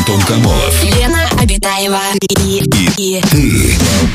Антон Камолов, Лена Обитаева и ты.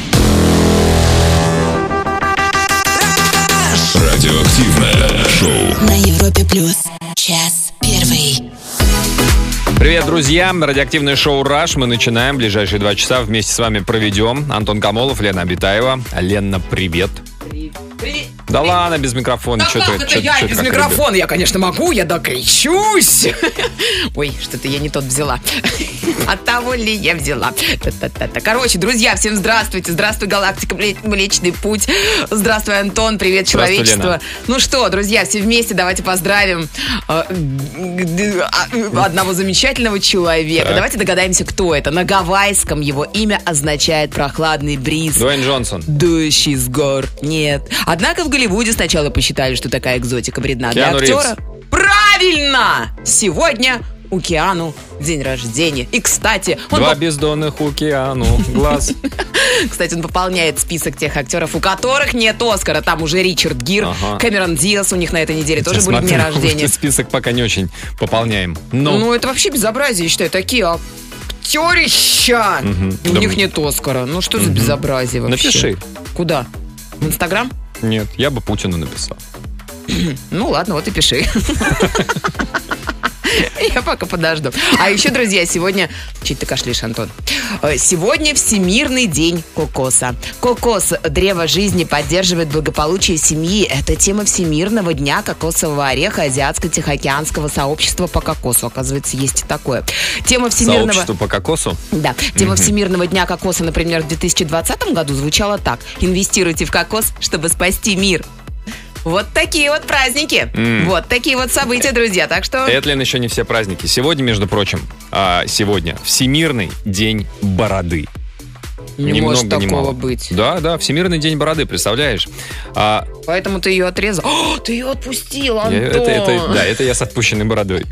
Радиоактивное шоу на Европе Плюс. Час первый. Привет, друзья! Радиоактивное шоу «Раш». Мы начинаем. Ближайшие 2 часа вместе с вами проведем. Антон Камолов, Лена Обитаева. Лена, привет. Привет. Да ладно, без микрофона. Да как это я без микрофона? Я, конечно, могу, я докричусь. Ой, что-то я не тот взяла. От того ли я взяла? Короче, друзья, всем здравствуйте. Здравствуй, галактика, Млечный Путь. Здравствуй, Антон, привет, человечество. Лена. Ну что, друзья, все вместе давайте поздравим одного замечательного человека. Так. Давайте догадаемся, кто это. На гавайском его имя означает «прохладный бриз». Дуэйн Джонсон. Дождь из гор. Нет. Однако в Голливуде сначала посчитали, что такая экзотика вредна для Киану актера. Ривз. Правильно! Сегодня у Киану день рождения. И, кстати, он 2 бездонных океану глаз. кстати, он пополняет список тех актеров, у которых нет Оскара. Там уже Ричард Гир, Ага. Кэмерон Диас у них на этой неделе тоже будет Смотрю, день рождения. список пока не очень пополняем. Ну, это вообще безобразие, я считаю. Такие актерища. И у Да. них нет Оскара. Ну, что за безобразие вообще? Напиши. Куда? В Инстаграм? Нет, я бы Путину написал. Ну ладно, вот и пиши. Я пока подожду. А еще, друзья, сегодня... Чуть ты кашляешь, Антон. Сегодня Всемирный день кокоса. Кокос – древо жизни, поддерживает благополучие семьи. Это тема Всемирного дня кокосового ореха Азиатско-Тихоокеанского сообщества по кокосу. Оказывается, есть и такое. Тема Всемирного... Сообщество по кокосу? Да. Тема Всемирного дня кокоса, например, в 2020 году звучала так. Инвестируйте в кокос, чтобы спасти мир. Вот такие вот праздники. Вот такие вот события, друзья. Так что... Это, Лен, еще не все праздники. Сегодня, между прочим, сегодня Всемирный день бороды. Не Ни может много, ни такого мало. быть. Да, Всемирный день бороды, представляешь? Поэтому ты ее отрезал. О, ты ее отпустил, Антон. Это я с отпущенной бородой.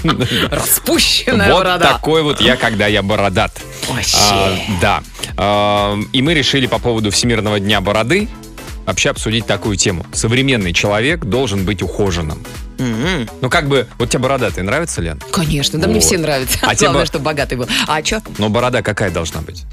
Распущенная Вот борода. такой вот я, когда я бородат. Вообще. Да. И мы решили по поводу Всемирного дня бороды вообще обсудить такую тему. Современный человек должен быть ухоженным. Ну, как бы, вот тебе бородатый нравится, Лен? Конечно, да, мне Вот. все нравятся. А тебе Главное, чтобы богатый был. А что? Но борода какая должна быть?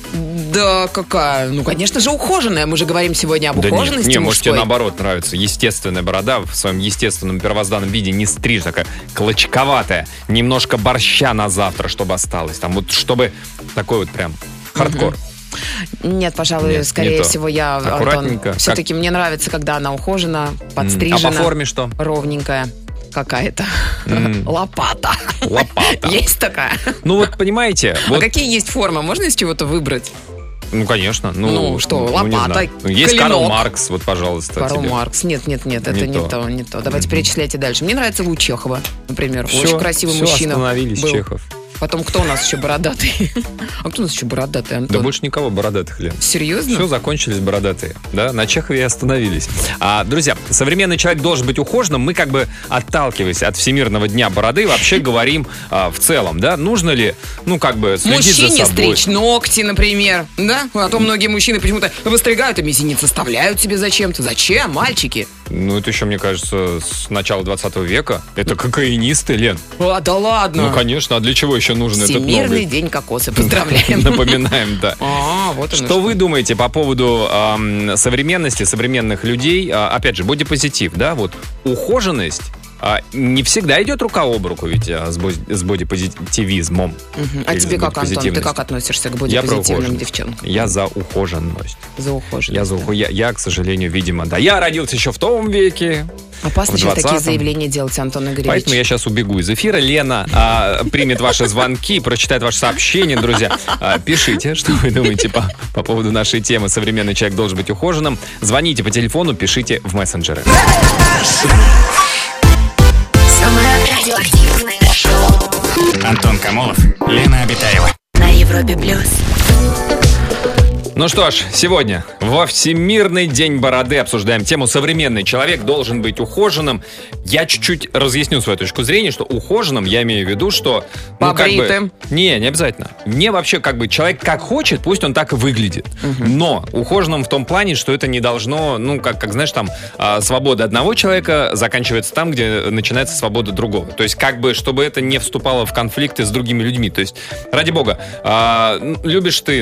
Да, какая? Ну, конечно же, ухоженная. Мы же говорим сегодня об ухоженности не, может тебе мужской. наоборот нравится. Естественная борода в своем естественном первозданном виде, не стрижь, такая клочковатая. Немножко борща на завтра, чтобы осталось. Там вот, чтобы такой вот прям хардкор. Нет, пожалуй, Нет, скорее не то. всего, я, Аккуратненько. Антон, все-таки мне нравится, когда она ухожена, А подстрижена. по форме что? Ровненькая какая-то. Лопата. Лопата. Есть такая. Ну вот, понимаете, А вот, какие есть формы? Можно из чего-то выбрать? ну, конечно. Ну, что, не лопата, знаю. Ну, есть клинок. Карл Маркс, вот, пожалуйста, Карл тебе. Маркс. Нет, это Не не то. то. Давайте перечисляйте дальше. Мне нравится Лу Чехова, например. Всё, Очень красивый всё, мужчина остановились, был. Чехов. Потом кто у нас еще бородатый? А кто у нас еще бородатый, Да Антон? больше никого бородатых, Лен. Серьезно? Все, закончились бородатые. Да, на Чехове и остановились. Друзья, современный человек должен быть ухоженным. Мы как бы, отталкиваясь от Всемирного дня бороды, вообще говорим в целом, да, нужно ли, ну, как бы, следить за Мужчине собой. стричь ногти, например, да? А то многие мужчины почему-то выстригают, а мизинец оставляют себе зачем-то. Зачем, мальчики? Ну, это еще, мне кажется, с начала 20 века. Это кокаинисты, Лен. А, да ладно. Ну, конечно, а для чего еще нужен этот Всемирный ноготь? день кокоса. Поздравляем. Напоминаем, да. Вот оно Что вы думаете по поводу современности, современных людей? Опять же, бодипозитив, да, вот ухоженность не всегда идет рука об руку ведь с бодипозитивизмом. А Или тебе с как, Антон? Ты бодипозитивностью. как относишься к Я про бодипозитивным ухоженность. девчонкам? Я за ухоженность. За ухоженность. Я, к сожалению, видимо, да. Я родился еще в том веке. Опасно в сейчас такие 20-м. заявления делать, Антон Игоревич. Поэтому я сейчас убегу из эфира. Лена примет ваши звонки, прочитает ваши сообщения, друзья. Пишите, что вы думаете по поводу нашей темы «Современный человек должен быть ухоженным». Звоните по телефону, пишите в мессенджеры. самое радиоактивное шоу Антон Камолов, Лена Обитаева. на Европе Плюс. Ну что ж, сегодня во Всемирный день бороды обсуждаем тему «Современный человек должен быть ухоженным». Я чуть-чуть разъясню свою точку зрения, что ухоженным я имею в виду, что... Побритым. Не обязательно. Мне вообще человек как хочет, пусть он так и выглядит. Но ухоженным в том плане, что это не должно, как знаешь, там, свобода одного человека заканчивается там, где начинается свобода другого. То есть чтобы это не вступало в конфликты с другими людьми. То есть, ради бога, любишь ты,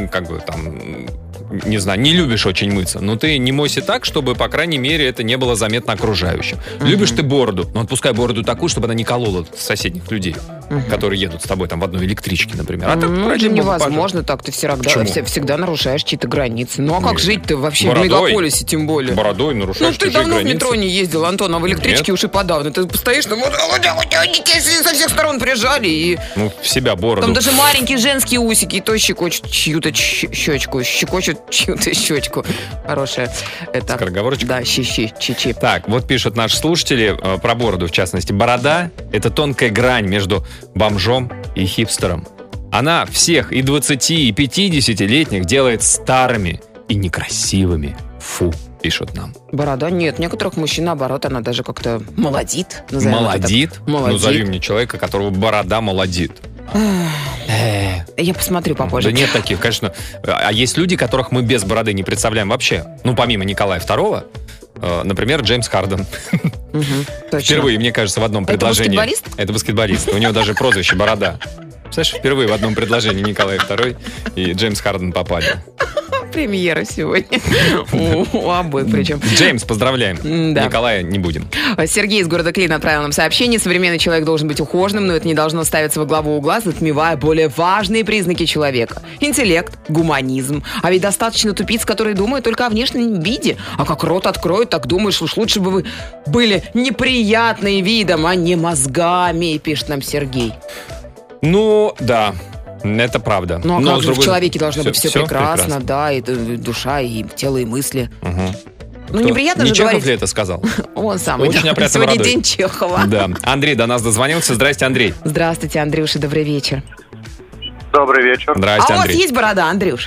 не знаю, не любишь очень мыться, но ты не мойся так, чтобы, по крайней мере, это не было заметно окружающим. Любишь ты бороду, но отпускай бороду такую, чтобы она не колола соседних людей, которые едут с тобой там в одной электричке, например. А так, это невозможно так, ты всегда нарушаешь чьи-то границы. Ну а как жить-то вообще бородой, в мегаполисе, тем более? Бородой нарушаешь чужие границы. Ну ты давно в метро не ездил, Антон, а в электричке уж и подавно. Ты постоишь, там со всех сторон прижали и... в себя бороду. Там даже маленькие женские усики, и то щекочут чью-то щечку, щекочут чью-то щечку. Хорошая. Это... Скороговорочка? Да, чи-чи. Так, вот пишут наши слушатели про бороду, в частности. Борода — это тонкая грань между бомжом и хипстером. Она всех и 20, и 50-летних делает старыми и некрасивыми. Фу, пишут нам. Борода? Нет, некоторых мужчин, наоборот, она даже как-то молодит. Молодит? Молодит. Назови мне человека, которого борода молодит. Я посмотрю попозже. Да нет таких, конечно. А есть люди, которых мы без бороды не представляем вообще. Помимо Николая II, например, Джеймс Харден. Впервые, мне кажется, в одном предложении. Это баскетболист? Это баскетболист. У него даже прозвище «Борода». Представляешь, впервые в одном предложении Николай II и Джеймс Харден попали. Премьера сегодня. У обоих причем. Джеймс, поздравляем. Да. Николая не будем. Сергей из города Клин отправил нам сообщение. Современный человек должен быть ухоженным, но это не должно ставиться во главу угла, затмевая более важные признаки человека. Интеллект, гуманизм. А ведь достаточно тупиц, которые думают только о внешнем виде. А как рот откроют, так думаешь, уж лучше бы вы были неприятные видом, а не мозгами, пишет нам Сергей. Да. Это правда. Ну, а как же в человеке должно быть все прекрасно, да, и душа, и тело, и мысли. Неприятно же говорить... Чехов ли это сказал? Он самый. Очень опрятно Сегодня бородой. день Чехова. Да. Андрей до нас дозвонился. Здрасте, Андрей. Здравствуйте, Андрюша, добрый вечер. Добрый вечер. Здрасте, А у вас Андрей. есть борода, Андрюш?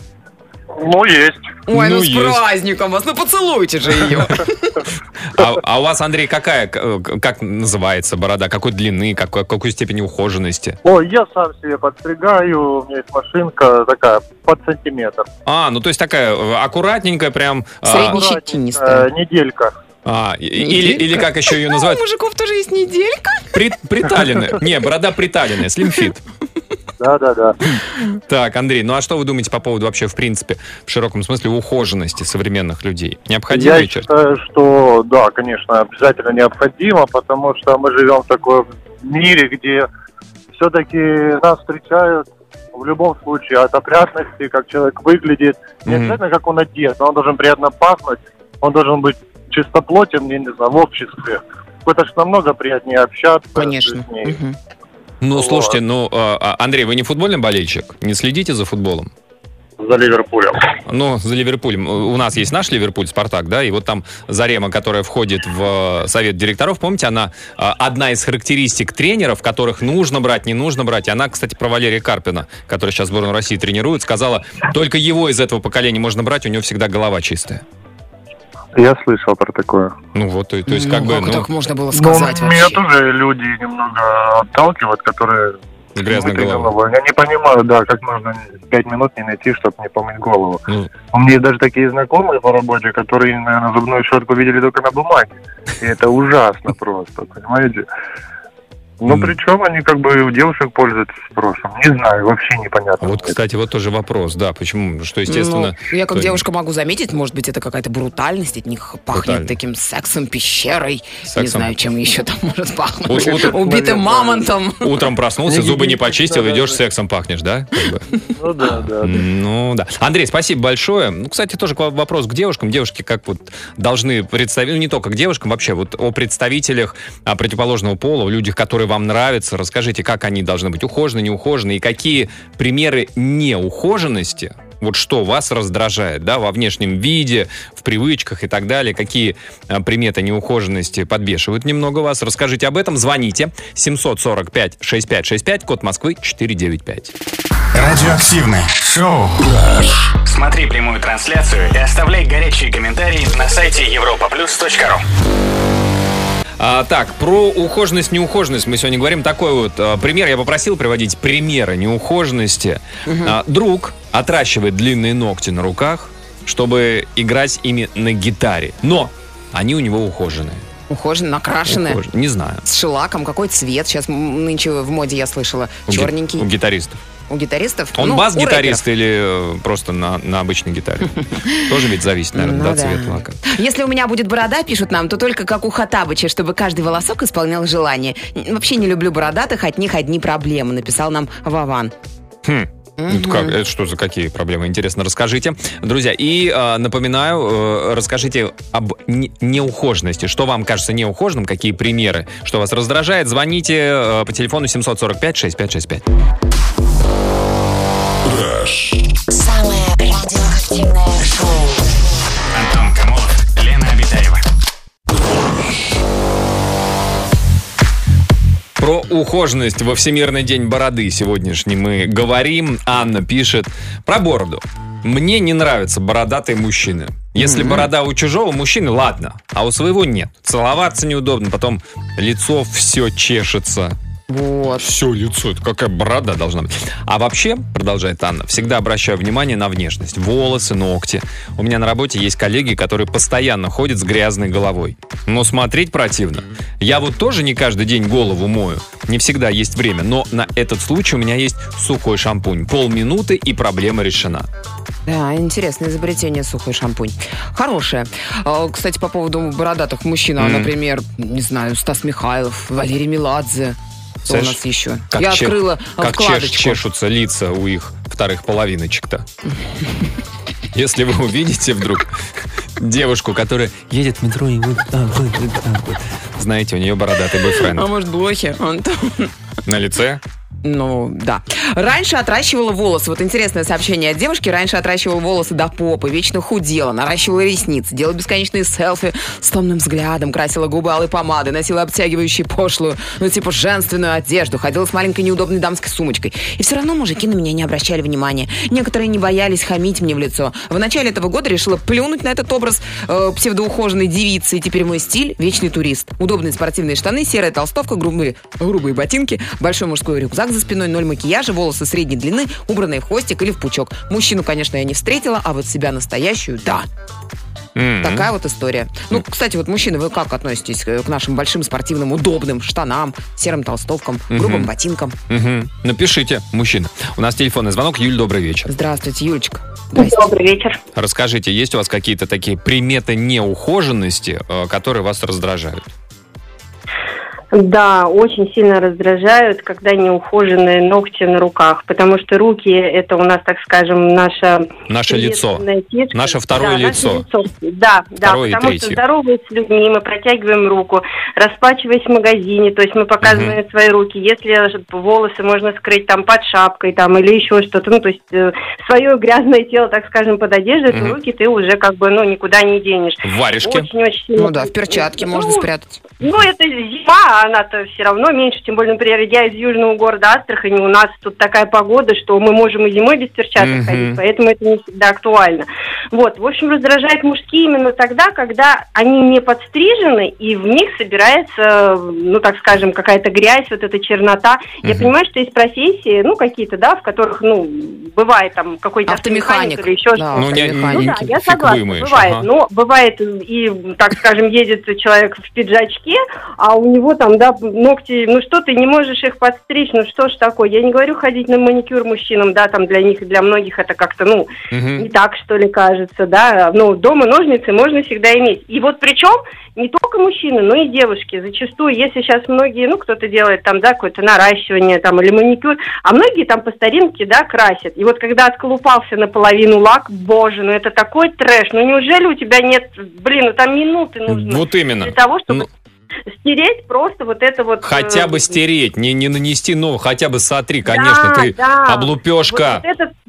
Есть. Ой, с есть. праздником вас, поцелуйте же ее. А у вас, Андрей, как называется борода? Какой длины, какой степени ухоженности? Я сам себе подстригаю, у меня есть машинка такая, под сантиметр. То есть такая аккуратненькая прям... Среднещетинистая. Неделька. Или как еще ее называют? У мужиков тоже есть неделька? Приталенная. Не, борода приталенная, слимфит. Да. Так, Андрей, а что вы думаете по поводу вообще, в принципе, в широком смысле, ухоженности современных людей? Необходимо Я ли черт? считаю, что да, конечно, обязательно необходимо, потому что мы живем в таком мире, где все-таки нас встречают в любом случае от опрятности, как человек выглядит. Не обязательно, как он одет, но он должен приятно пахнуть, он должен быть чистоплотен, я не знаю, в обществе. Это же намного приятнее общаться. Конечно. с людьми. Слушайте, Андрей, вы не футбольный болельщик? Не следите за футболом? За Ливерпулем. За Ливерпулем. У нас есть наш Ливерпуль, Спартак, да, и вот там Зарема, которая входит в совет директоров, помните, она одна из характеристик тренеров, которых нужно брать, не нужно брать. И она, кстати, про Валерия Карпина, который сейчас сборную России тренирует, сказала, только его из этого поколения можно брать, у него всегда голова чистая. Я слышал про такое. То есть как так можно было сказать вообще? Меня тоже люди немного отталкивают, которые... С грязной головой. Я не понимаю, как можно 5 минут не найти, чтобы не помыть голову. У меня есть даже такие знакомые по работе, которые, наверное, зубную щетку видели только на бумаге. И это ужасно просто, понимаете? Причем они у девушек пользуются спросом. Не знаю, вообще непонятно. Кстати, тоже вопрос, да, почему, что, естественно... Я как девушка могу заметить, может быть, это какая-то брутальность, от них пахнет таким сексом, пещерой, не знаю, чем еще там может пахнуть. Убитым мамонтом. Утром проснулся, зубы не почистил, идешь, сексом пахнешь, да? Да. Андрей, спасибо большое. Кстати, тоже вопрос к девушкам. Девушки как должны представить, не только к девушкам, вообще о представителях противоположного пола, о людях, которые вам нравятся. Расскажите, как они должны быть ухожены, неухожены, и какие примеры неухоженности, что вас раздражает, да, во внешнем виде, в привычках и так далее, какие приметы неухоженности подбешивают немного вас. Расскажите об этом, звоните 745-6565, код Москвы 495. Радиоактивное шоу. Смотри прямую трансляцию и оставляй горячие комментарии на сайте europaplus.ru. Так, про ухоженность, неухоженность мы сегодня говорим. Такой вот пример. Я попросил приводить примеры неухоженности. Друг отращивает длинные ногти на руках, чтобы играть ими на гитаре. Но они у него ухоженные. Ухоженные, накрашенные. Не знаю. С шелаком. Какой цвет? Сейчас нынче в моде, я слышала. Черненький. У гитаристов. У гитаристов? Он бас-гитарист или просто на обычной гитаре? Тоже ведь зависит, наверное, цвет лака. Если у меня будет борода, пишут нам, то только как у Хаттабыча, чтобы каждый волосок исполнял желание. Вообще не люблю бородатых, от них одни проблемы, написал нам Вован. Это что за какие проблемы? Интересно, расскажите. Друзья, и напоминаю, расскажите об неухоженности. Что вам кажется неухоженным? Какие примеры? Что вас раздражает? Звоните по телефону 745-6565. Самое радиоактивное шоу. Антон Камолов, Лена Обитаева. Про ухоженность во Всемирный день бороды сегодняшний мы говорим. Анна пишет про бороду. Мне не нравятся бородатые мужчины. Если борода у чужого мужчины, ладно, а у своего нет. Целоваться неудобно, потом лицо все чешется. Вот. Все лицо, это какая борода должна быть. А вообще, продолжает Анна, всегда обращаю внимание на внешность. Волосы, ногти. У меня на работе есть коллеги, которые постоянно ходят с грязной головой. Но смотреть противно. Я вот тоже не каждый день голову мою. Не всегда есть время. Но на этот случай у меня есть сухой шампунь. Полминуты и проблема решена. Да, интересное изобретение, сухой шампунь. Хорошее. Кстати, по поводу бородатых мужчин, например, не знаю, Стас Михайлов, Валерий Меладзе. Что у нас еще? Я открыла вкладочку. Как чешутся лица у их вторых половиночек-то. Если вы увидите вдруг девушку, которая едет в метро и вот так вот. Знаете, у нее бородатый бойфренд. А может, блохи, Антон? На лице? Ну, да. Раньше отращивала волосы. Вот интересное сообщение от девушки. Раньше отращивала волосы до попы, вечно худела, наращивала ресницы, делала бесконечные селфи с томным взглядом, красила губы алой помадой, носила обтягивающую пошлую, типа женственную одежду, ходила с маленькой неудобной дамской сумочкой. И все равно мужики на меня не обращали внимания. Некоторые не боялись хамить мне в лицо. В начале этого года решила плюнуть на этот образ псевдоухоженной девицы. И теперь мой стиль — вечный турист. Удобные спортивные штаны, серая толстовка, грубые ботинки, большой мужской рюкзак за спиной, 0 макияжа, волосы средней длины, убранные в хвостик или в пучок. Мужчину, конечно, я не встретила, а вот себя настоящую — да. Такая вот история. Ну, кстати, вот мужчины, вы как относитесь к нашим большим спортивным удобным штанам, серым толстовкам, грубым ботинкам? Напишите, мужчина. У нас телефонный звонок. Юль, добрый вечер. Здравствуйте, Юлечка. Добрый вечер. Расскажите, есть у вас какие-то такие приметы неухоженности, которые вас раздражают? Да, очень сильно раздражают, когда неухоженные ногти на руках, потому что руки — это у нас, так скажем, наше лицо, фишка. наше второе лицо. Да, второе потому что здороваясь с людьми, мы протягиваем руку, расплачиваясь в магазине, то есть мы показываем свои руки. Если волосы можно скрыть там под шапкой там или еще что-то, ну то есть свое грязное тело, так скажем, под одеждой, то руки ты уже как бы никуда не денешь. В варежке? Очень сильно. Ну да, в перчатке можно спрятать. Ну, это зима, она-то все равно меньше. Тем более, например, я из южного города Астрахани, у нас тут такая погода, что мы можем и зимой без перчаток ходить, поэтому это не всегда актуально. Вот, в общем, раздражают мужские именно тогда, когда они не подстрижены, и в них собирается, ну, так скажем, какая-то грязь, вот эта чернота. Я понимаю, что есть профессии, ну, какие-то, да, в которых, ну, бывает там какой-то автомеханик или еще что-то. Ну, да, я согласна, бывает. Но бывает и, так скажем, едет человек в пиджачке, а у него там, да, ногти, ну что ты не можешь их подстричь, ну что ж такое. Я не говорю ходить на маникюр мужчинам, да, там для них и для многих это как-то, ну, не так, что ли, кажется, да. Ну, дома ножницы можно всегда иметь. И вот причем не только мужчины, но и девушки. Зачастую, если сейчас многие, ну, кто-то делает там, да, какое-то наращивание там или маникюр, а многие там по старинке, да, красят. И вот когда отколупался наполовину лак, боже, ну это такой трэш. Ну неужели у тебя нет, ну там минуты нужно. Вот именно. Для того, чтобы... Стереть просто вот это вот... Хотя бы стереть, не нанести нового, хотя бы сотри, конечно, ты облупешка. Вот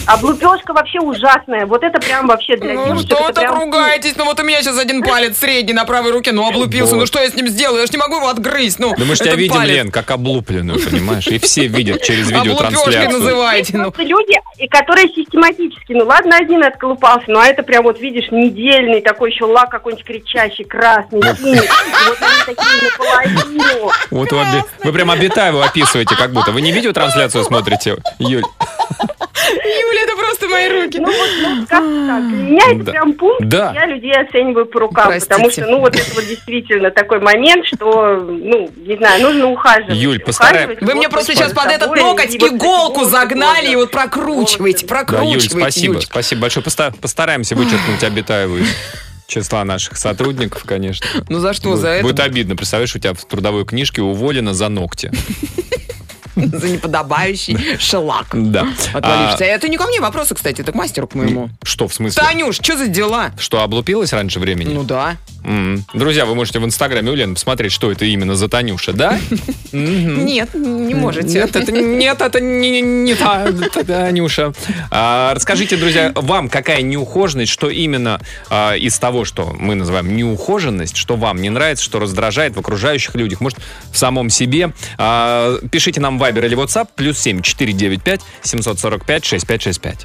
Облупежка вообще ужасная. Вот это прям вообще для девушек. Ну что вы так прям... ругаетесь? Ну вот у меня сейчас один палец средний на правой руке, ну облупился. Ну что я с ним сделаю? Я ж не могу его отгрызть. Ну, да мы же тебя видим, Лен, как облупленную, понимаешь? И все видят через видеотрансляцию. Облупежкой называете. Ну. Люди, которые систематически, ну ладно, один отколупался, но это прям вот видишь, недельный, такой еще лак какой-нибудь кричащий, красный, синий. Вот они такие наполовину. Вот вы прям Обитаеву описываете как будто. Вы не видеотрансляцию смотрите, Юль? Юля, это просто мои руки. Ну вот, как так? Для меня это прям пункт, я людей оцениваю по рукам. Простите. Потому что, ну вот это вот действительно такой момент, что, ну, не знаю, нужно ухаживать. Юль, постарайся. Вы мне просто сейчас под этот ноготь иголку загнали и вот прокручивайте. Да, Юль, спасибо большое. Постараемся вычеркнуть Обитаеву из числа наших сотрудников, конечно. Ну за что? За это? Будет обидно. Представляешь, у тебя в трудовой книжке уволено за ногти. За неподобающий шелак. Да. Отвалившийся. Это не ко мне вопросы, кстати, это к мастеру к моему. Что в смысле? Танюш, что за дела? Что, облупилась раньше времени? Ну да. Друзья, вы можете в инстаграме у Лены посмотреть, что это именно за Танюша, да? Нет, не можете. Нет, это не та Танюша. Расскажите, друзья, вам какая неухоженность, что именно из того, что мы называем неухоженность, что вам не нравится, что раздражает в окружающих людях, может, в самом себе. Пишите нам в Viber или WhatsApp, +7 495 745 6565.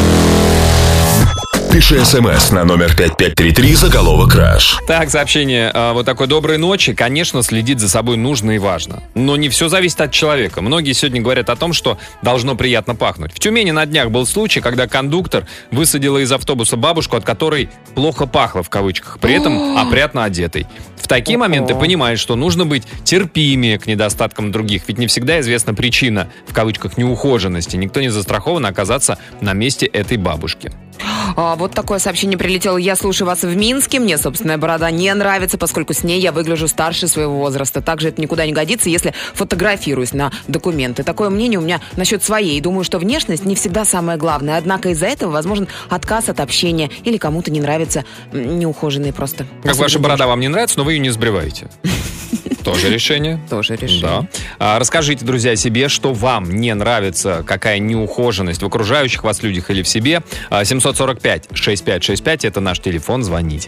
Пиши СМС на номер 5533, заголовок «Краш». Так, сообщение вот такой: доброй ночи. Конечно, следить за собой нужно и важно. Но не все зависит от человека. Многие сегодня говорят о том, что должно приятно пахнуть. В Тюмени на днях был случай, когда кондуктор высадила из автобуса бабушку, от которой плохо пахло, в кавычках, при этом опрятно одетой. В такие моменты понимаешь, что нужно быть терпимее к недостаткам других, ведь не всегда известна причина, в кавычках, неухоженности. Никто не застрахован оказаться на месте этой бабушки. Вот такое сообщение прилетело. Я слушаю вас в Минске. Мне собственная борода не нравится, поскольку с ней я выгляжу старше своего возраста. Также это никуда не годится, если фотографируюсь на документы. Такое мнение у меня насчет своей. Думаю, что внешность не всегда самое главное. Однако из-за этого возможен отказ от общения. Или кому-то не нравятся неухоженные просто. Как ваша борода вам не нравится, но вы ее не сбриваете. Тоже решение. Тоже решение. Да. Расскажите, друзья, о себе, что вам не нравится, какая неухоженность в окружающих вас людях или в себе. 745-6565 это наш телефон, звоните.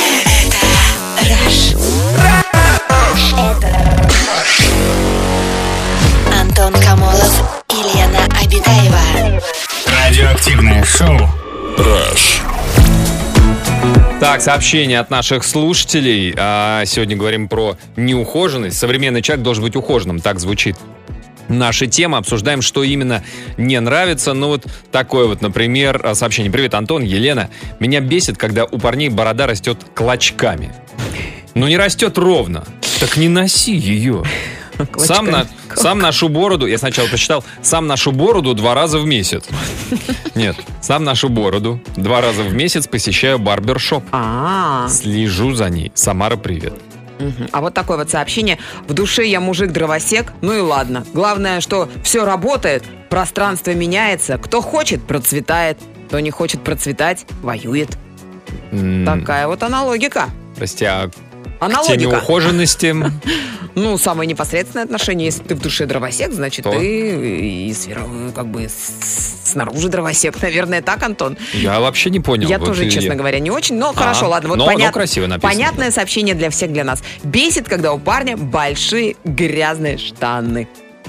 Антон Камолов и Лена Обитаева. Радиоактивное шоу. Rush. Так, сообщение от наших слушателей. Сегодня говорим про неухоженность. Современный человек должен быть ухоженным, так звучит наша тема. Обсуждаем, что именно не нравится. Ну вот такое вот, например, сообщение. Привет, Антон, Елена. Меня бесит, когда у парней борода растет клочками. Ну не растет ровно. Так не носи ее. Сам ношу бороду, я сначала прочитал, сам ношу бороду 2 раза в месяц. Нет, сам ношу бороду 2 раза в месяц, посещаю барбершоп. Слежу за ней. Самара, привет. А вот такое вот сообщение. В душе я мужик-дровосек, ну и ладно. Главное, что все работает, пространство меняется. Кто хочет, процветает. Кто не хочет процветать, воюет. Такая вот аналогика. Прости, а аналогика. К теме ухоженности. Ну, самое непосредственное отношение. Если ты в душе дровосек, значит, ты и как бы снаружи дровосек. Наверное, так, Антон? Я вообще не понял. Я тоже, честно говоря, не очень. Но хорошо, ладно. Вот но красиво написано. Понятное сообщение для всех, для нас. Бесит, когда у парня большие грязные штаны.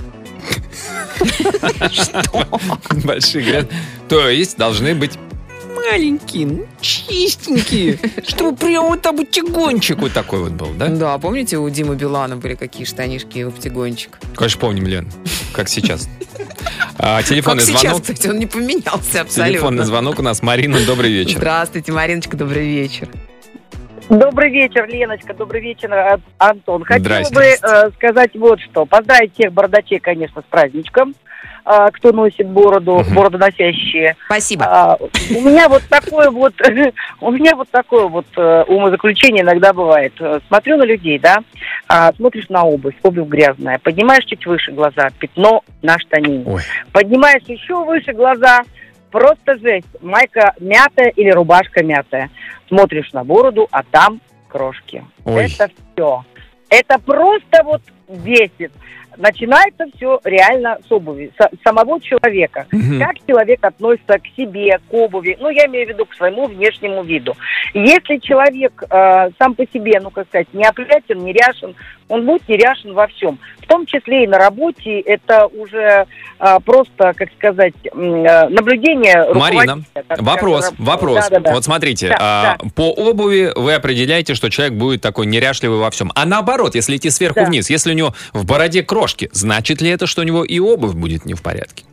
Что? Большие грязные. То есть должны быть маленькие, чистенькие, чтобы прям вот там утягончик вот такой вот был, да? Да, помните, у Димы Билана были какие штанишки и утягончик? Конечно, помним, Лен, как сейчас. Телефонный звонок. Сейчас, кстати, он не поменялся абсолютно. Телефонный звонок у нас. Марина, добрый вечер. Здравствуйте, Мариночка, добрый вечер. Добрый вечер, Леночка, добрый вечер, Антон. Хотела бы сказать вот что. Поздравить всех бородачей, конечно, с праздничком. Кто носит бороду, бородоносящие. Спасибо. У меня вот такое вот умозаключение иногда бывает. Смотрю на людей, да, смотришь на обувь грязная, поднимаешь чуть выше глаза, пятно на штанине. Ой. Поднимаешь еще выше глаза, просто жесть. Майка мятая или рубашка мятая. Смотришь на бороду, а там крошки. Ой. Это все. Это просто вот бесит. начинается все реально с обуви, самого человека. Как человек относится к себе, к обуви, я имею в виду к своему внешнему виду. Если человек сам по себе, неопрятен, неряшен, он будет неряшен во всем. В том числе и на работе, это уже просто, наблюдение руководителя. Марина, вопрос. Да. Вот смотрите, по обуви вы определяете, что человек будет такой неряшливый во всем. А наоборот, если идти сверху вниз, если у него в бороде крошки, значит ли это, что у него и обувь будет не в порядке?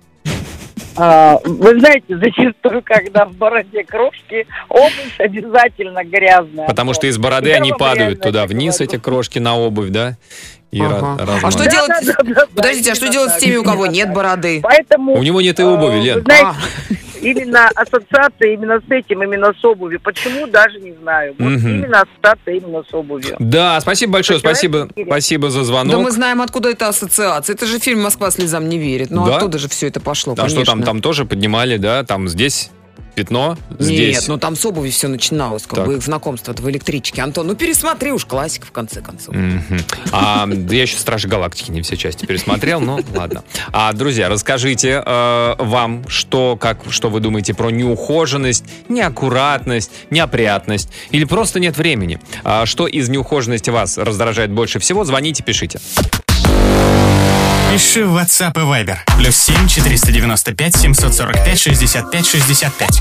Вы знаете, зачастую, когда в бороде крошки, обувь обязательно грязная. Потому что из бороды они падают туда вниз, эти крошки на обувь, да? А что делать? Подождите, а что делать с теми, у кого нет бороды? У него нет и обуви, Лен. Именно ассоциация именно с этим, именно с обувью. Почему, даже не знаю. Именно ассоциация именно с обувью. Да, спасибо большое, спасибо за звонок. Да мы знаем, откуда эта ассоциация. Это же фильм «Москва слезам не верит». Оттуда же все это пошло, конечно. А что там тоже поднимали, да? Там здесь пятно, здесь. Нет, там с обуви все начиналось, их знакомство в электричке. Антон, пересмотри уж классика в конце концов. Я еще «Стражи Галактики» не все части пересмотрел, но ладно. Друзья, расскажите вам, что вы думаете про неухоженность, неаккуратность, неопрятность или просто нет времени. Что из неухоженности вас раздражает больше всего? Звоните, пишите. Пиши в WhatsApp и Viber. +7 495 745 65 65.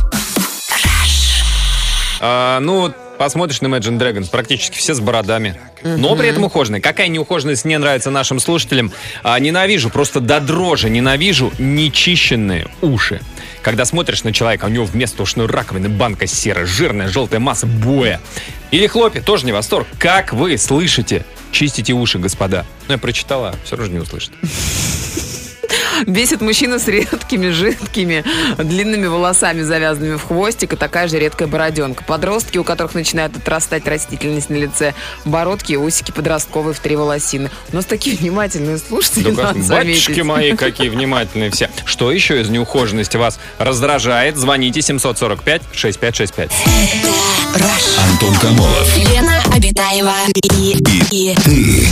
Посмотришь на Imagine Dragons, практически все с бородами. Но при этом ухоженные. Какая неухоженность не нравится нашим слушателям? Ненавижу, просто до дрожи ненавижу нечищенные уши. Когда смотришь на человека, у него вместо ушной раковины банка серая, жирная, желтая масса боя. Или хлопья, тоже не восторг. Как вы слышите? Чистите уши, господа. Я прочитала, все равно не услышит. Бесит мужчина с редкими, жидкими, длинными волосами, завязанными в хвостик, и такая же редкая бороденка. Подростки, у которых начинает отрастать растительность на лице, бородки и усики подростковые в 3 волосины. У нас такие внимательные слушатели, надо заметить. Батюшки мои, какие внимательные все. Что еще из неухоженности вас раздражает? Звоните 745-6565. Антон Камолов. Лена Обитаева и ты.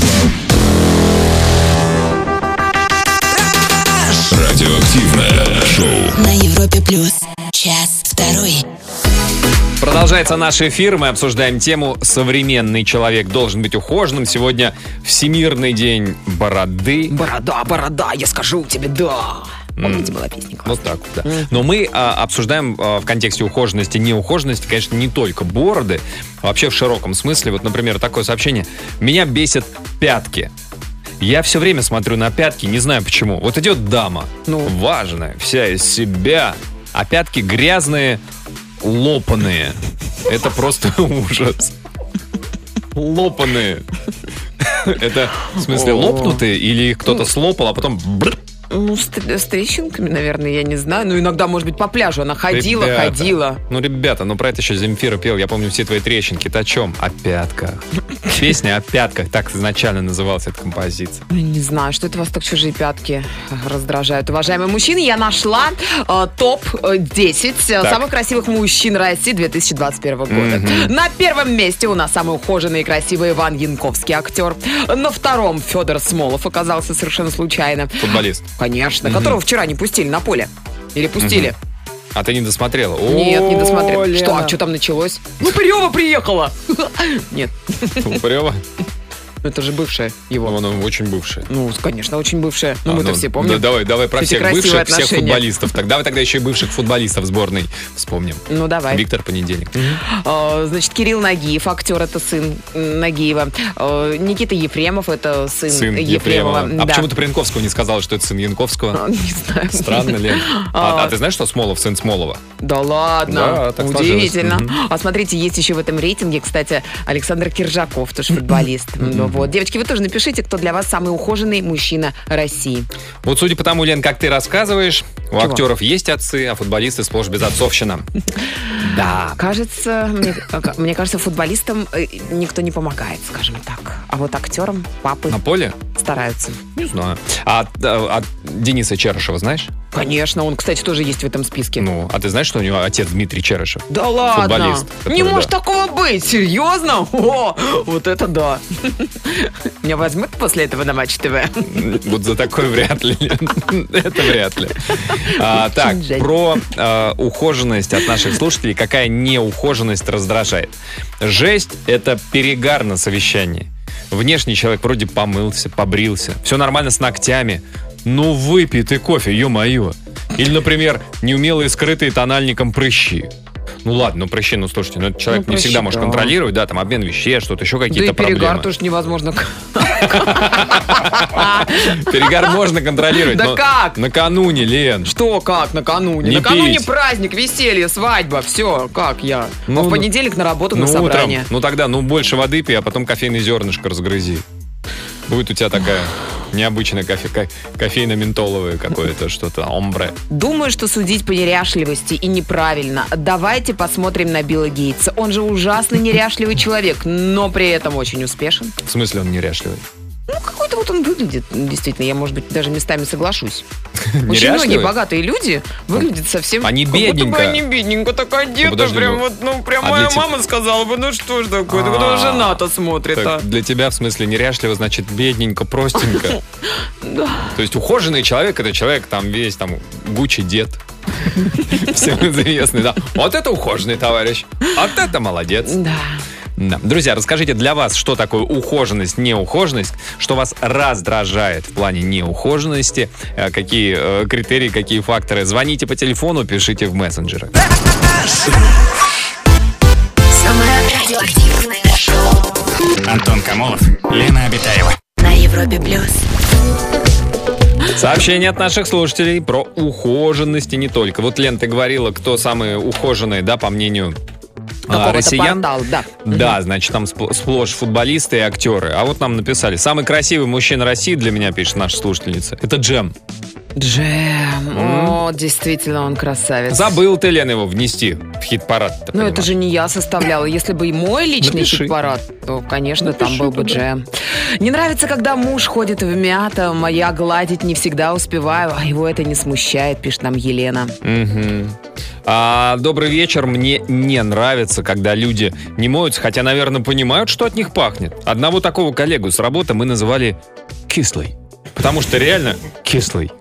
Радиоактивное шоу на Европе Плюс. Час второй. Продолжается наш эфир. Мы обсуждаем тему «Современный человек должен быть ухоженным». Сегодня Всемирный день бороды. Борода, я скажу тебе да. Помните, была песня? Вот так вот, да. Но мы обсуждаем в контексте ухоженности, неухоженности, конечно, не только бороды, а вообще в широком смысле. Вот, например, такое сообщение. Меня бесят пятки. Я все время смотрю на пятки, не знаю почему. Вот идет дама, важная, вся из себя, а пятки грязные, лопаные. Это просто ужас. Лопаные. Это, в смысле, лопнутые или их кто-то слопал, а потом... с трещинками, наверное, я не знаю. Иногда, может быть, по пляжу она ходила. Ребята, про это еще Земфира пел. Я помню все твои трещинки. Ты о чем? О пятках. Песня о пятках. Так изначально называлась эта композиция. Не знаю, что это вас так чужие пятки раздражают. Уважаемые мужчины, я нашла топ-10 самых красивых мужчин России 2021 года. На первом месте у нас самый ухоженный и красивый Иван Янковский, актер. На втором Федор Смолов оказался совершенно случайно. Футболист. Конечно, которого вчера не пустили на поле. Или пустили. А ты не досмотрела? Нет, не досмотрела. Что? А что там началось? Лупырева приехала! Нет. Лупырева? Это же бывшая его. Она очень бывшая. Конечно, очень бывшая. Мы-то все помним. Давай про всех бывших, всех футболистов. Давай тогда еще и бывших футболистов сборной вспомним. Давай. Виктор Понедельник. Значит, Кирилл Нагиев, актер, это сын Нагиева. Никита Ефремов, это сын Ефремова. А почему ты про Янковского не сказала, что это сын Янковского? Не знаю. Странно, Лен. А ты знаешь, что Смолов сын Смолова? Да ладно. Да, удивительно. А смотрите, есть еще в этом рейтинге, кстати, Александр Киржаков, тоже футболист. Вот. Девочки, вы тоже напишите, кто для вас самый ухоженный мужчина России. Вот судя по тому, Лен, как ты рассказываешь, У актеров есть отцы, а футболисты сплошь безотцовщина. Да. Кажется, мне кажется, футболистам никто не помогает, скажем так. А вот актерам папы на поле стараются. Не знаю. А Дениса Черышева знаешь? Конечно, он, кстати, тоже есть в этом списке. Ну, а ты знаешь, что у него отец Дмитрий Черышев? Да ладно? Футболист. Не может такого быть, серьезно? О, вот это да. Меня возьмут после этого на Матч ТВ? Вот за такое вряд ли. Это вряд ли. Так, про ухоженность от наших слушателей. Какая неухоженность раздражает? Жесть – это перегар на совещании. Внешний человек вроде помылся, побрился. Все нормально с ногтями. Ну выпей ты кофе, ё-моё. Или, например, неумелые скрытые тональником прыщи. Ну ладно, прыщи, слушайте, этот человек не всегда может контролировать, да, там обмен вещей, что-то еще какие-то проблемы. Да и перегар тоже невозможно. Перегар можно контролировать. Да как? Накануне, Лен. Что как накануне? Накануне праздник, веселье, свадьба, все, как я. В понедельник на работу, на собрание. Ну тогда, больше воды пей, а потом кофейное зернышко разгрызи. Будет у тебя такая необычная кофейно-ментоловое какое-то что-то, омбре. Думаю, что судить по неряшливости и неправильно. Давайте посмотрим на Билла Гейтса. Он же ужасно неряшливый человек, но при этом очень успешен. В смысле он неряшливый? Ну, какой-то вот он выглядит, действительно, я, может быть, даже местами соглашусь. Очень многие богатые люди выглядят совсем... Они бедненько. Как будто бы они бедненько так одеты, прям вот, прям моя мама сказала бы, ну что ж такое, куда жена-то смотрит, а? Для тебя, в смысле, неряшливо, значит, бедненько, простенько. Да. То есть ухоженный человек, это человек там весь, там, Гуччи дед. Всем известный, да. Вот это ухоженный товарищ, вот это молодец. Да. Да. Друзья, расскажите для вас, что такое ухоженность, неухоженность, что вас раздражает в плане неухоженности, какие критерии, какие факторы. Звоните по телефону, пишите в мессенджеры. Антон Камолов, Лена Обитаева. На Европе Плюс. Сообщение от наших слушателей про ухоженность и не только. Вот, Лен, ты говорила, кто самые ухоженные, да, по мнению россиян. Портал, да. Да, значит, там сплошь футболисты и актеры. А вот нам написали: самый красивый мужчина России для меня, пишет наша слушательница, это Джем. Джем. О, действительно, он красавец. Забыл ты, Лен, его внести в хит-парад. Ну, это же не я составляла. Если бы и мой личный хит-парад, то, конечно, там был бы Джем. Не нравится, когда муж ходит в мятом, а я гладить не всегда успеваю, а его это не смущает, пишет нам Елена. Добрый вечер. Мне не нравится, когда люди не моются, хотя, наверное, понимают, что от них пахнет. Одного такого коллегу с работы мы называли кислый. Потому что реально кислый.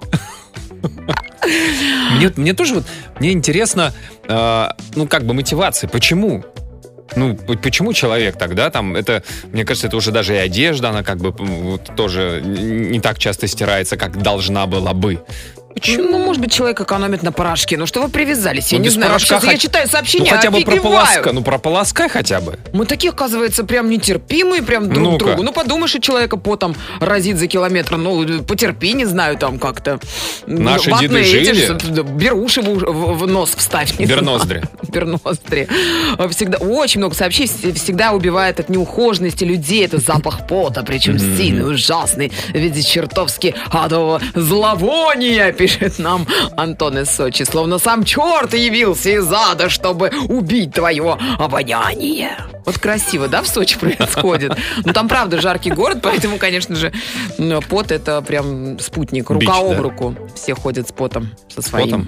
Мне тоже вот, мне интересно, мотивация. Почему? Почему человек тогда там, это, мне кажется, это уже даже и одежда, она как бы вот, тоже не так часто стирается, как должна была бы. Почему? Ну, может быть, человек экономит на порошке. Ну, что вы привязались? Я не знаю. Я читаю сообщения, хотя бы прополоскай хотя бы. Мы такие, оказывается, прям нетерпимые прям друг к другу. Ну, подумаешь, и человека потом разит за километр. Ну, потерпи, не знаю, там как-то. Наши деды жили. Беруши в нос вставь. Берноздри. Берноздри. Всегда, очень много сообщений всегда убивает от неухоженности людей. Это запах пота, причем сильный, ужасный, в виде чертовски адового зловония, пишет нам Антон из Сочи. Словно сам черт явился из ада, чтобы убить твое обоняние. Вот красиво, да, в Сочи происходит? Ну, там, правда, жаркий город, поэтому, конечно же, пот — это прям спутник. Рука об руку. Все ходят с потом, со своим.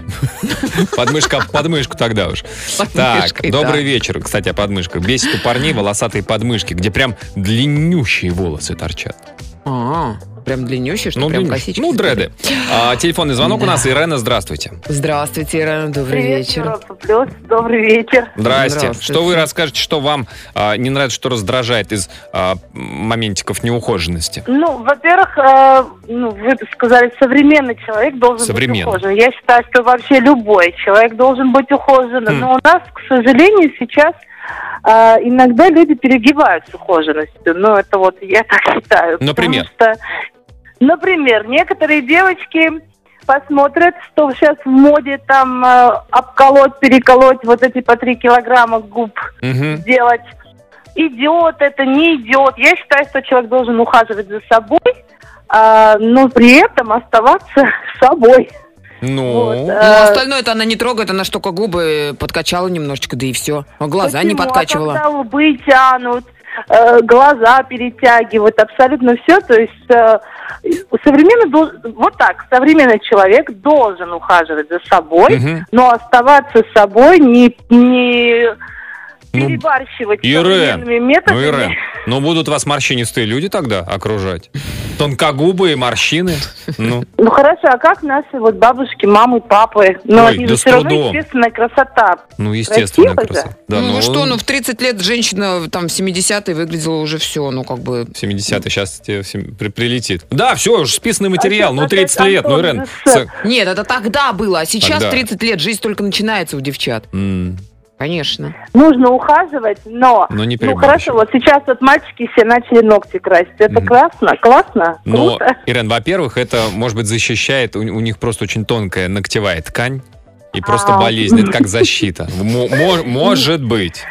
Подмышку тогда уж. Так, добрый вечер. Кстати, о подмышках. Бесит у парней волосатые подмышки, где прям длиннющие волосы торчат. Прям длиннющий, что прям косички? Ну, дреды. Телефонный звонок у нас. Ирена, здравствуйте. Здравствуйте, Ирена, добрый вечер. Плюс, добрый вечер. Здрасте. Что вы расскажете, что вам не нравится, что раздражает из моментиков неухоженности? Ну, во-первых, вы сказали, современный человек должен быть ухожен. Я считаю, что вообще любой человек должен быть ухоженным. Но у нас, к сожалению, сейчас иногда люди перегибают с ухоженностью. Ну, это вот я так считаю. Например? Потому что, например, некоторые девочки посмотрят, что сейчас в моде там обколоть, переколоть, вот эти по 3 килограмма губ сделать. Идет это, не идет. Я считаю, что человек должен ухаживать за собой, но при этом оставаться собой. Ну, остальное-то она не трогает, она что, только губы подкачала немножечко, да и все. А глаза не подкачивала. Когда лбы тянут, глаза перетягивают, абсолютно все. То есть современный человек должен ухаживать за собой, но оставаться собой, не перебарщивать современными методами. Ирен, будут вас морщинистые люди тогда окружать? Тонкогубые, морщины? Ну хорошо, а как наши бабушки, мамы, папы? Но они же все равно естественная красота. Ну, естественная красота. Да, в 30 лет женщина там в 70-е выглядела уже все, В 70-е сейчас тебе прилетит. Да, все, уже списанный материал, 30 лет, Ирен. Нет, это тогда было, а сейчас 30 лет, жизнь только начинается у девчат. Конечно. Нужно ухаживать, но не хорошо, сейчас мальчики все начали ногти красить. Это классно, но, круто. Ирен, во-первых, это, может быть, защищает, у них просто очень тонкая ногтевая ткань, и просто болезнь, это как защита. Может быть.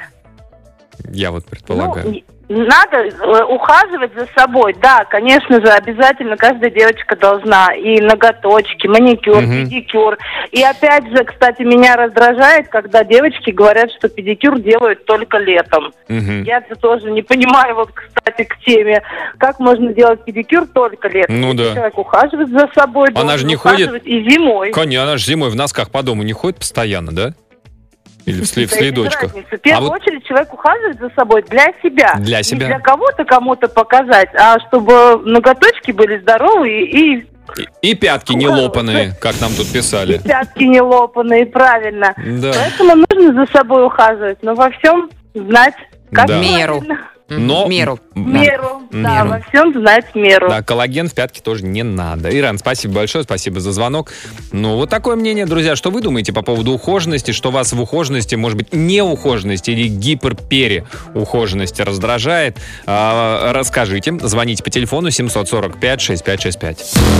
Я предполагаю. Надо ухаживать за собой, да, конечно же, обязательно каждая девочка должна. И ноготочки, маникюр, педикюр. И опять же, кстати, меня раздражает, когда девочки говорят, что педикюр делают только летом. Я это тоже не понимаю, кстати, к теме. Как можно делать педикюр только летом? Ну да. Человек ухаживает за собой, она же не ходит и зимой. Конечно, она же зимой в носках по дому не ходит постоянно, да? Или в следочках. В первую очередь человек ухаживает за собой для себя. Для себя. Не для кого-то кому-то показать, а чтобы ноготочки были здоровые и пятки не лопаные, как нам тут писали. И пятки не лопаные, правильно. Да. Поэтому нужно за собой ухаживать, но во всем знать, как меру. Меру, да, во всем знать меру. Да, коллаген в пятке тоже не надо. Ирен, спасибо большое, спасибо за звонок. Вот такое мнение, друзья. Что вы думаете по поводу ухоженности? Что вас в ухоженности, может быть, неухоженности или гиперпереухоженности раздражает? Расскажите. Звоните по телефону 745-6565.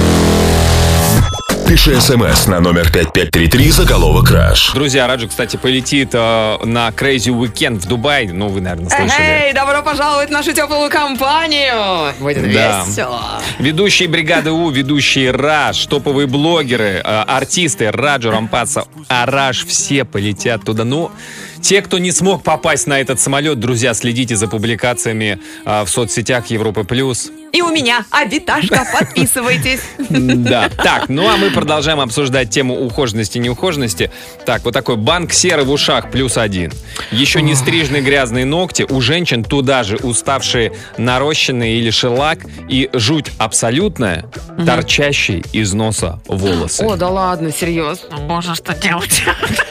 Пиши СМС на номер 5533, заголовок «Краш». Друзья, Раджу, кстати, полетит на Crazy Weekend в Дубай. Вы, наверное, слышали. Эй, добро пожаловать в нашу теплую компанию. Будет весело. Ведущие бригады У, ведущие Раш, топовые блогеры, артисты Раджу, Рампаса, Араш, все полетят туда. Те, кто не смог попасть на этот самолет, друзья, следите за публикациями в соцсетях Европы+. И у меня Авиташка, подписывайтесь. Да, так, а мы продолжаем обсуждать тему ухоженности и неухоженности. Так, вот такой банк серы в ушах +1. Еще не стриженные грязные ногти, у женщин туда же уставшие нарощенные или шеллак и жуть абсолютная, торчащие из носа волосы. О, да ладно, серьезно, боже, что делать?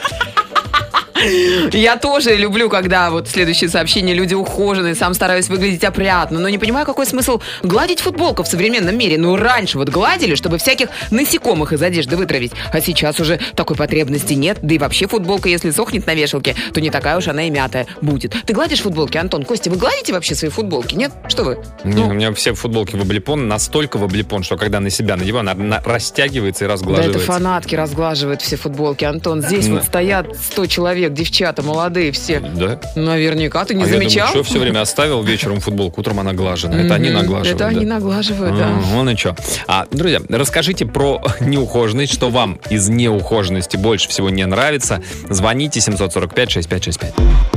Я тоже люблю, когда следующее сообщение, люди ухоженные, сам стараюсь выглядеть опрятно, но не понимаю, какой смысл гладить футболку в современном мире. Раньше гладили, чтобы всяких насекомых из одежды вытравить, а сейчас уже такой потребности нет, да и вообще футболка, если сохнет на вешалке, то не такая уж она и мятая будет. Ты гладишь футболки, Антон? Костя, вы гладите вообще свои футболки? Нет? Что вы? Нет, у меня все футболки в облепон, настолько в облепон, что когда на себя надеваю, она растягивается и разглаживается. Да это фанатки разглаживают все футболки, Антон. Здесь стоят 100 человек, девчата молодые все. Да? Наверняка, ты не замечал? Я думаю, что все время оставил вечером футболку, утром она глажена. Это они наглаживают. Это они наглаживают, да. Вон и что. Друзья, расскажите про неухоженность, что вам из неухоженности больше всего не нравится. Звоните 745-6565.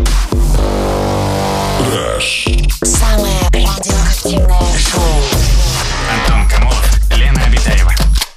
Самое радиоактивное шоу. Антон Камолов, Лена Обитаева.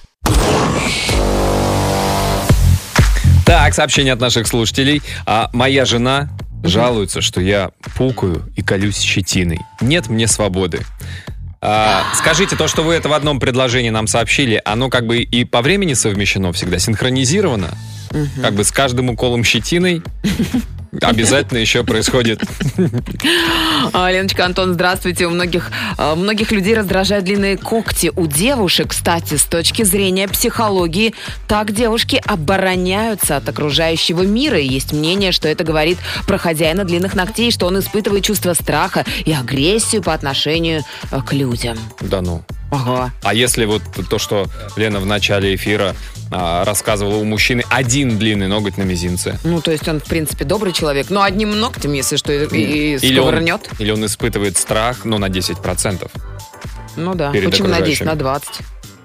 Так, сообщение от наших слушателей. Моя жена жалуется, что я пукаю и колюсь щетиной. Нет мне свободы. Скажите, то, что вы это в одном предложении нам сообщили, оно и по времени совмещено всегда, синхронизировано? С каждым уколом щетиной обязательно еще происходит. Леночка, Антон, здравствуйте. У многих людей раздражают длинные когти. У девушек, кстати, с точки зрения психологии, так девушки обороняются от окружающего мира. И есть мнение, что это говорит про хозяина длинных ногтей, что он испытывает чувство страха и агрессию по отношению к людям. Да ну. Ага. А если то, что Лена в начале эфира рассказывала, у мужчины один длинный ноготь на мизинце? То есть он, в принципе, добрый человек, но одним ногтем, если что, и сковырнет. Или он испытывает страх, на 10%. Да. Почему на 10, на 20?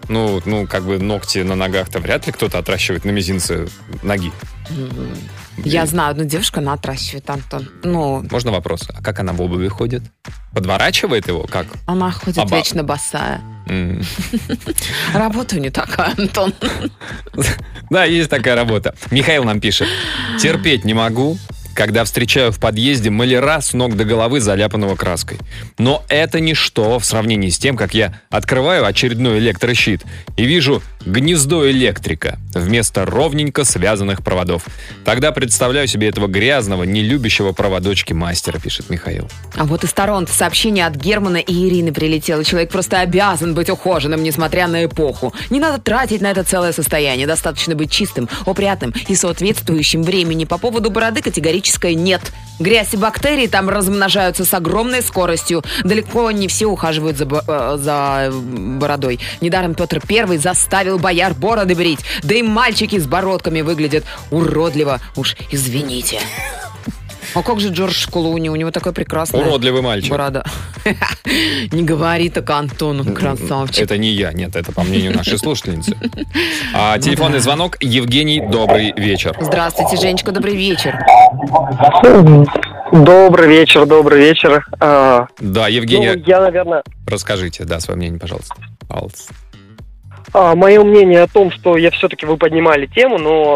Ну, как бы ногти на ногах-то вряд ли кто-то отращивает на мизинце ноги. Я знаю одну девушку, она отращивает, Антон. Ну, можно вопрос? А как она в обуви ходит? Подворачивает его? Как? Она ходит вечно босая. Работа у нее такая, Антон. Да, есть такая работа. Михаил нам пишет. Терпеть не могу, когда встречаю в подъезде маляра с ног до головы, заляпанного краской. Но это ничто в сравнении с тем, как я открываю очередной электрощит и вижу гнездо электрика вместо ровненько связанных проводов. Тогда представляю себе этого грязного, нелюбящего проводочки мастера, пишет Михаил. А вот из Торонто сообщение от Германа и Ирины прилетело. Человек просто обязан быть ухоженным, несмотря на эпоху. Не надо тратить на это целое состояние. Достаточно быть чистым, опрятным и соответствующим времени. По поводу бороды категорическое нет. Грязь и бактерии там размножаются с огромной скоростью. Далеко не все ухаживают за бородой. Недаром Петр I заставил бояр бороды брить. Да и мальчики с бородками выглядят уродливо. Уж извините. А как же Джордж Клуни? У него такая прекрасная уродливый мальчик. Борода. Не говори так, Антон, красавчик. Это не я, нет, это по мнению нашей слушательницы. Телефонный звонок. Евгений, добрый вечер. Здравствуйте, Женечка, добрый вечер. Добрый вечер. Да, Евгений. Я, наверное... Расскажите, свое мнение, пожалуйста. Мое мнение о том, что вы поднимали тему, но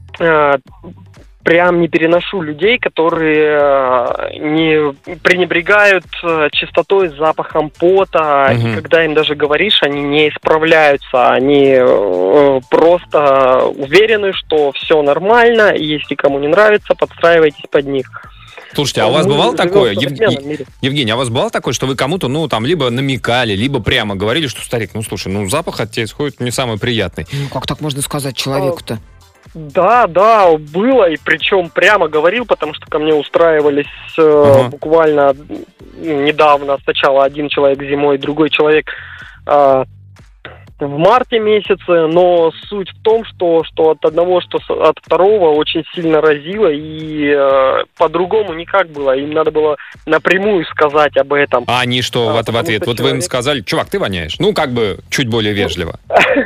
прям не переношу людей, которые не пренебрегают чистотой, запахом пота, и когда им даже говоришь, они не исправляются, они просто уверены, что все нормально, и если кому не нравится, подстраивайтесь под них. Слушайте, а у вас бывало такое, Евгений, а у вас бывало такое, что вы кому-то, либо намекали, либо прямо говорили, что, старик, слушай, запах от тебя исходит не самый приятный. Как так можно сказать человеку-то? Да, было, и причем прямо говорил, потому что ко мне устраивались буквально недавно, сначала один человек зимой, другой человек в марте месяце, но суть в том, что от одного, что от второго очень сильно разило, и по-другому никак было. Им надо было напрямую сказать об этом. А они что в ответ? Вот вы им сказали, чувак, ты воняешь. Чуть более вежливо.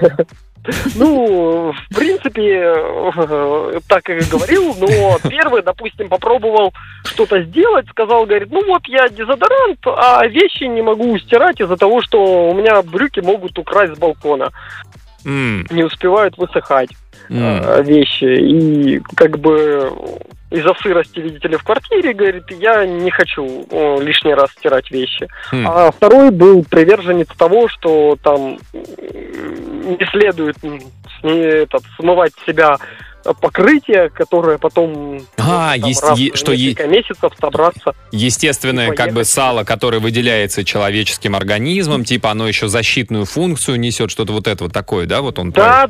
В принципе, так и говорил, но первый, допустим, попробовал что-то сделать, сказал, говорит, я дезодорант, а вещи не могу стирать из-за того, что у меня брюки могут украсть с балкона. Не успевают высыхать вещи. И из-за сырости, видите ли, в квартире, говорит, я не хочу лишний раз стирать вещи. А второй был приверженец того, что там не следует смывать с себя покрытие, которое потом несколько месяцев собраться. Естественное сало, которое выделяется человеческим организмом, оно еще защитную функцию несет, что-то такое, да? Вот он. Да.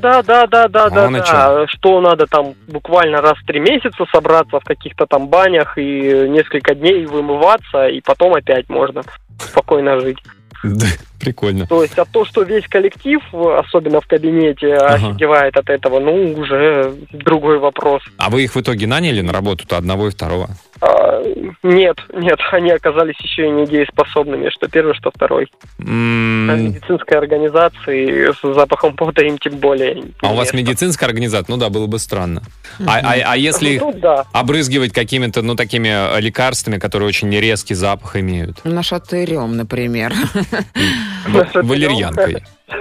Что надо там буквально раз в 3 месяца собраться в каких-то там банях и несколько дней вымываться, и потом опять можно спокойно жить. Да, прикольно. То есть, то, что весь коллектив, особенно в кабинете, офигевает от этого, уже другой вопрос. А вы их в итоге наняли на работу-то, одного и второго? Нет, они оказались еще и недееспособными, что первый, что второй. А медицинской организации с запахом пота им тем более. А у вас медицинская организация? Было бы странно. А если обрызгивать какими-то, такими лекарствами, которые очень резкий запах имеют? Нашатырем, например. Валерьянкой.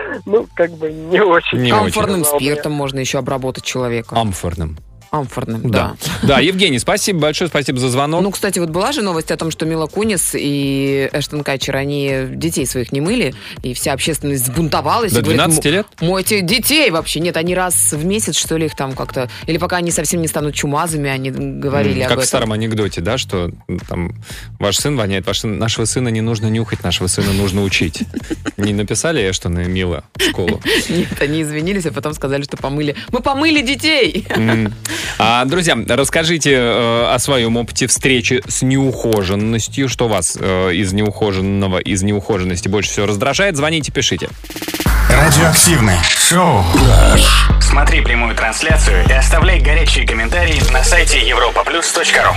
Не очень. Амфорным спиртом можно еще обработать человека. Амфорным, да. Да, Евгений, спасибо большое, спасибо за звонок. Кстати, была же новость о том, что Мила Кунис и Эштон Катчер, они детей своих не мыли, и вся общественность взбунтовалась. До 12 лет? Мойте детей вообще. Нет, они раз в месяц, что ли, их там как-то... Или пока они совсем не станут чумазами, они говорили об этом. Как в старом анекдоте, да, что там ваш сын воняет, нашего сына не нужно нюхать, нашего сына нужно учить. Не написали Эштон и Мила в школу? Нет, они извинились, а потом сказали, что помыли. Мы помыли детей! Друзья, расскажите о своем опыте встречи с неухоженностью. Что вас из неухоженности больше всего раздражает? Звоните, пишите. Радиоактивное шоу. Смотри прямую трансляцию и оставляй горячие комментарии на сайте europaplus.ru.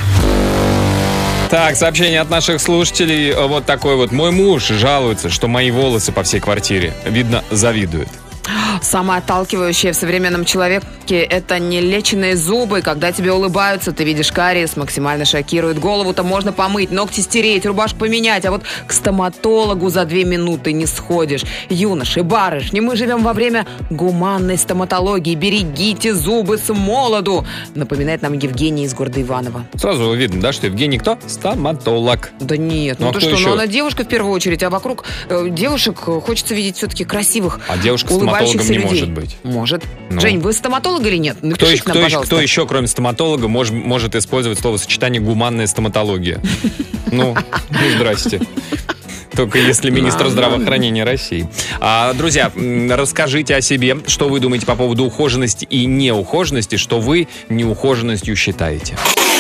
Так, сообщение от наших слушателей. Вот такой вот. Мой муж жалуется, что мои волосы по всей квартире. Видно, завидует. Самое отталкивающее в современном человеке – это нелеченные зубы. Когда тебе улыбаются, ты видишь кариес, максимально шокирует. Голову-то можно помыть, ногти стереть, рубашку поменять, а вот к стоматологу за 2 минуты не сходишь. Юноши, барышни, мы живем во время гуманной стоматологии. Берегите зубы с молоду, напоминает нам Евгений из города Иваново. Сразу видно, да, что Евгений кто? Стоматолог. Да нет, ну ты что, ну она девушка в первую очередь, а вокруг девушек хочется видеть все-таки красивых, а девушка стоматологом не может быть. Может. Ну. Жень, вы стоматолог или нет? Напишите нам, пожалуйста. Кто еще, кроме стоматолога, может использовать словосочетание «гуманная стоматология»? Ну, здрасте. Только если министр здравоохранения России. Друзья, расскажите о себе, что вы думаете по поводу ухоженности и неухоженности, что вы неухоженностью считаете.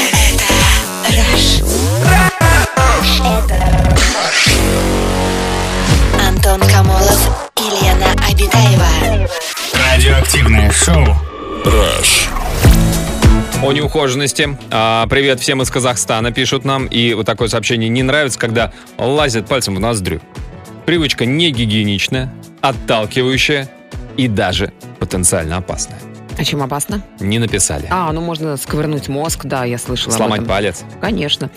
Антон Камолов и Лена Обитаева. Радиоактивное шоу. Rush. О неухоженности. Привет всем из Казахстана, пишут нам. И вот такое сообщение: не нравится, когда лазят пальцем в ноздрю. Привычка не гигиеничная, отталкивающая и даже потенциально опасная. А чем опасно? Не написали. Ну можно сковырнуть мозг, да, я слышала об этом. Сломать палец. Конечно.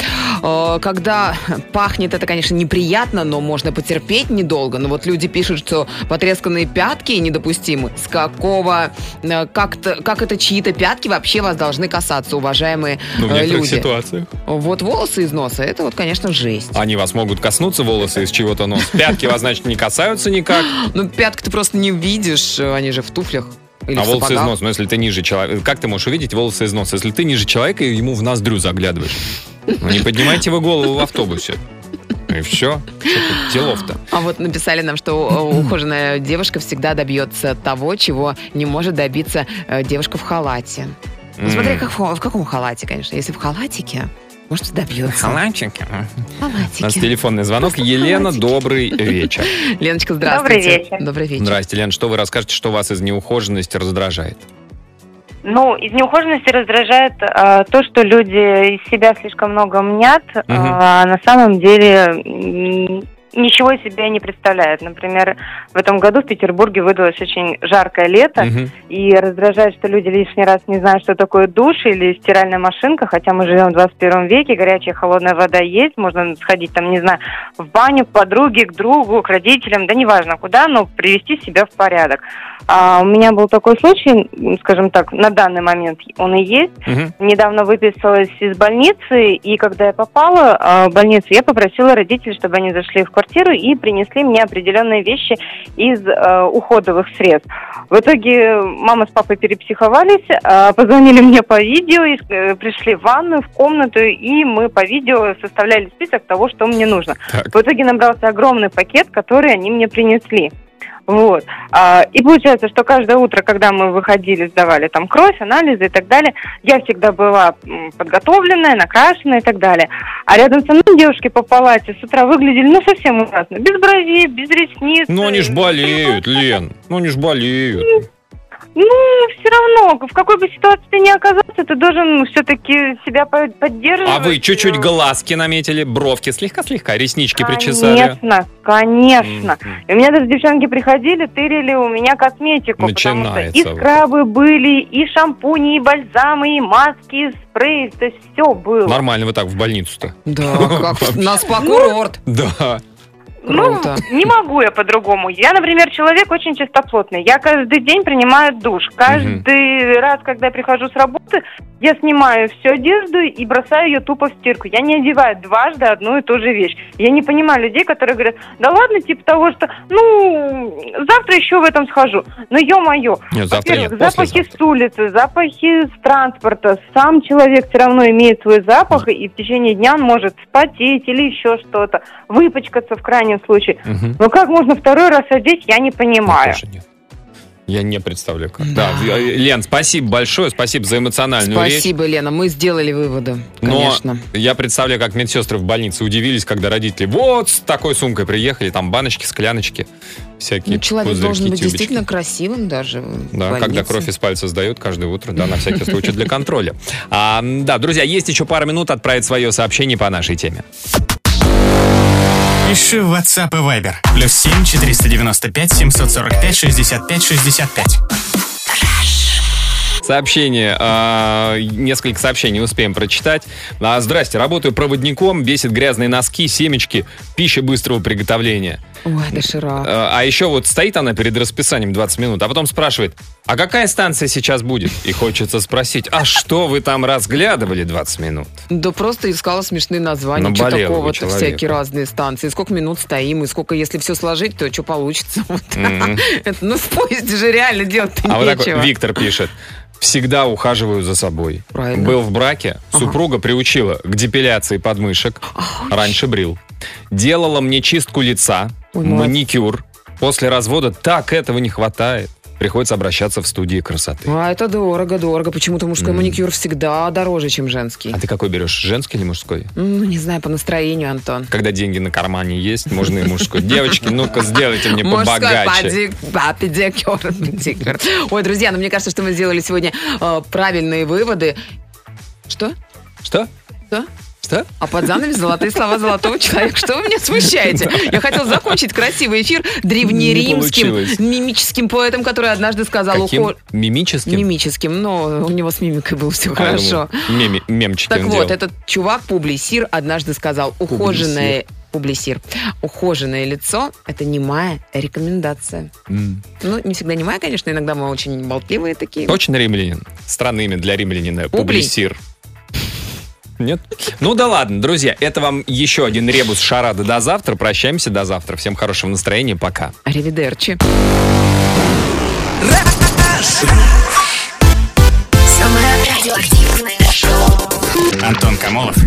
Когда пахнет, это, конечно, неприятно, но можно потерпеть недолго. Но вот люди пишут, что потресканные пятки недопустимы. С какого... Как это чьи-то пятки вообще вас должны касаться, уважаемые люди? В некоторых ситуациях. Вот волосы из носа, это вот, конечно, жесть. Они вас могут коснуться, волосы из чего-то носа. Пятки вас, значит, не касаются никак. Ну, пятки ты просто не видишь, они же в туфлях. Или волосы из носа, если ты ниже человека... Как ты можешь увидеть волосы из носа, если ты ниже человека и ему в ноздрю заглядываешь? Ну, не поднимайте вы голову в автобусе. И все. Что тут делов-то? А вот написали нам, что ухоженная девушка всегда добьется того, чего не может добиться девушка в халате. Ну, смотри, в каком халате, конечно. Если в халатике... Может, добьется. Халатики. У нас телефонный звонок. Елена, добрый вечер. Леночка, здравствуйте. Добрый вечер. Добрый вечер. Здрасте, Лен. Что вы расскажете, что вас из неухоженности раздражает? Ну, из неухоженности раздражает то, что люди из себя слишком много мнят, а на самом деле ничего из себя не представляют. Например, в этом году в Петербурге выдалось очень жаркое лето, и раздражает, что люди лишний раз не знают, что такое душ или стиральная машинка, хотя мы живем в 21 веке, горячая холодная вода есть, можно сходить там, не знаю, в баню к подруге, к другу, к родителям, да неважно куда, но привести себя в порядок. У меня был такой случай, скажем так, на данный момент он и есть. Недавно выписалась из больницы, и когда я попала в больницу, я попросила родителей, чтобы они зашли в квартиру и принесли мне определенные вещи из уходовых средств. В итоге мама с папой перепсиховались, позвонили мне по видео, и пришли в ванную, в комнату, и мы по видео составляли список того, что мне нужно. В итоге набрался огромный пакет, который они мне принесли. Вот. И получается, что каждое утро, когда мы выходили, сдавали там кровь, анализы и так далее, я всегда была подготовленная, накрашенная и так далее. А рядом со мной девушки по палате с утра выглядели, совсем ужасно. Без бровей, без ресниц. Ну, они ж болеют, Лен. Ну, они ж болеют. Все равно, в какой бы ситуации ты ни оказался, ты должен все-таки себя поддерживать. А вы чуть-чуть глазки наметили, бровки слегка-слегка, реснички причесали? Конечно. И у меня даже девчонки приходили, тырили у меня косметику. Начинается. Потому что и скрабы были, и шампуни, и бальзамы, и маски, и спреи, то есть все было. Нормально вы так в больницу-то. Да, как на спа-курорт. Да. Круто. Не могу я по-другому. Я, например, человек очень чистоплотный. Я каждый день принимаю душ. Каждый раз, когда я прихожу с работы, я снимаю всю одежду и бросаю ее тупо в стирку. Я не одеваю дважды одну и ту же вещь. Я не понимаю людей, которые говорят, да ладно, типа того, что, завтра еще в этом схожу. Ну, ё-моё. Во-первых, запахи с улицы, запахи с транспорта. Сам человек все равно имеет свой запах, и в течение дня он может вспотеть или еще что-то, выпачкаться в крайнем случае. Но как можно второй раз одеть, я не понимаю. Я не представляю, как. Да. Лен, спасибо большое, спасибо за эмоциональную речь. Спасибо, Лена, мы сделали выводы, конечно. Но я представляю, как медсестры в больнице удивились, когда родители вот с такой сумкой приехали, там баночки, скляночки, всякие человек должен быть действительно красивым даже. Да, когда кровь из пальца сдают каждое утро, да, на всякий случай для контроля. Да, друзья, есть еще пара минут отправить свое сообщение по нашей теме. Пиши в WhatsApp и Viber. +7 495 745 65 65. Сообщение, несколько сообщений успеем прочитать. Здрасте, работаю проводником, бесит грязные носки, семечки, пища быстрого приготовления. Ой, доширак. А еще вот стоит она перед расписанием 20 минут, а потом спрашивает, а какая станция сейчас будет? И хочется спросить, а что вы там разглядывали 20 минут? Да просто искала смешные названия, что такого-то, всякие разные станции. Сколько минут стоим, и сколько, если все сложить, то что получится. Ну, в поезде же реально делать-то нечего. А вот такой Виктор пишет. Всегда ухаживаю за собой. Правильно. Был в браке, супруга приучила к депиляции подмышек. Раньше брил. Делала мне чистку лица, маникюр. После развода так этого не хватает. Приходится обращаться в студии красоты. А это дорого. Почему-то мужской маникюр всегда дороже, чем женский. А ты какой берешь, женский или мужской? Ну, не знаю, по настроению, Антон. Когда деньги на кармане есть, можно и мужской. Девочки, ну-ка, сделайте мне побогаче. Педикюр. Ой, друзья, ну мне кажется, что мы сделали сегодня правильные выводы. Что? Что? А под занавес золотые слова золотого человека. Что вы меня смущаете? Я хотела закончить красивый эфир древнеримским мимическим поэтом, который однажды сказал... Каким? Мимическим? Мимическим, но у него с мимикой было все хорошо. Мемчики так вот, этот чувак, Публисир, однажды сказал, ухоженное лицо – это немая рекомендация. Ну, не всегда немая, конечно, иногда мы очень болтливые такие. Точно римлянин? Странное имя для римлянина. Публисир. Нет? Ну да ладно, друзья, это вам еще один ребус шарада до завтра. Прощаемся до завтра. Всем хорошего настроения, пока. Аривидерчи. Самое радиоактивное шоу. Антон Камолов,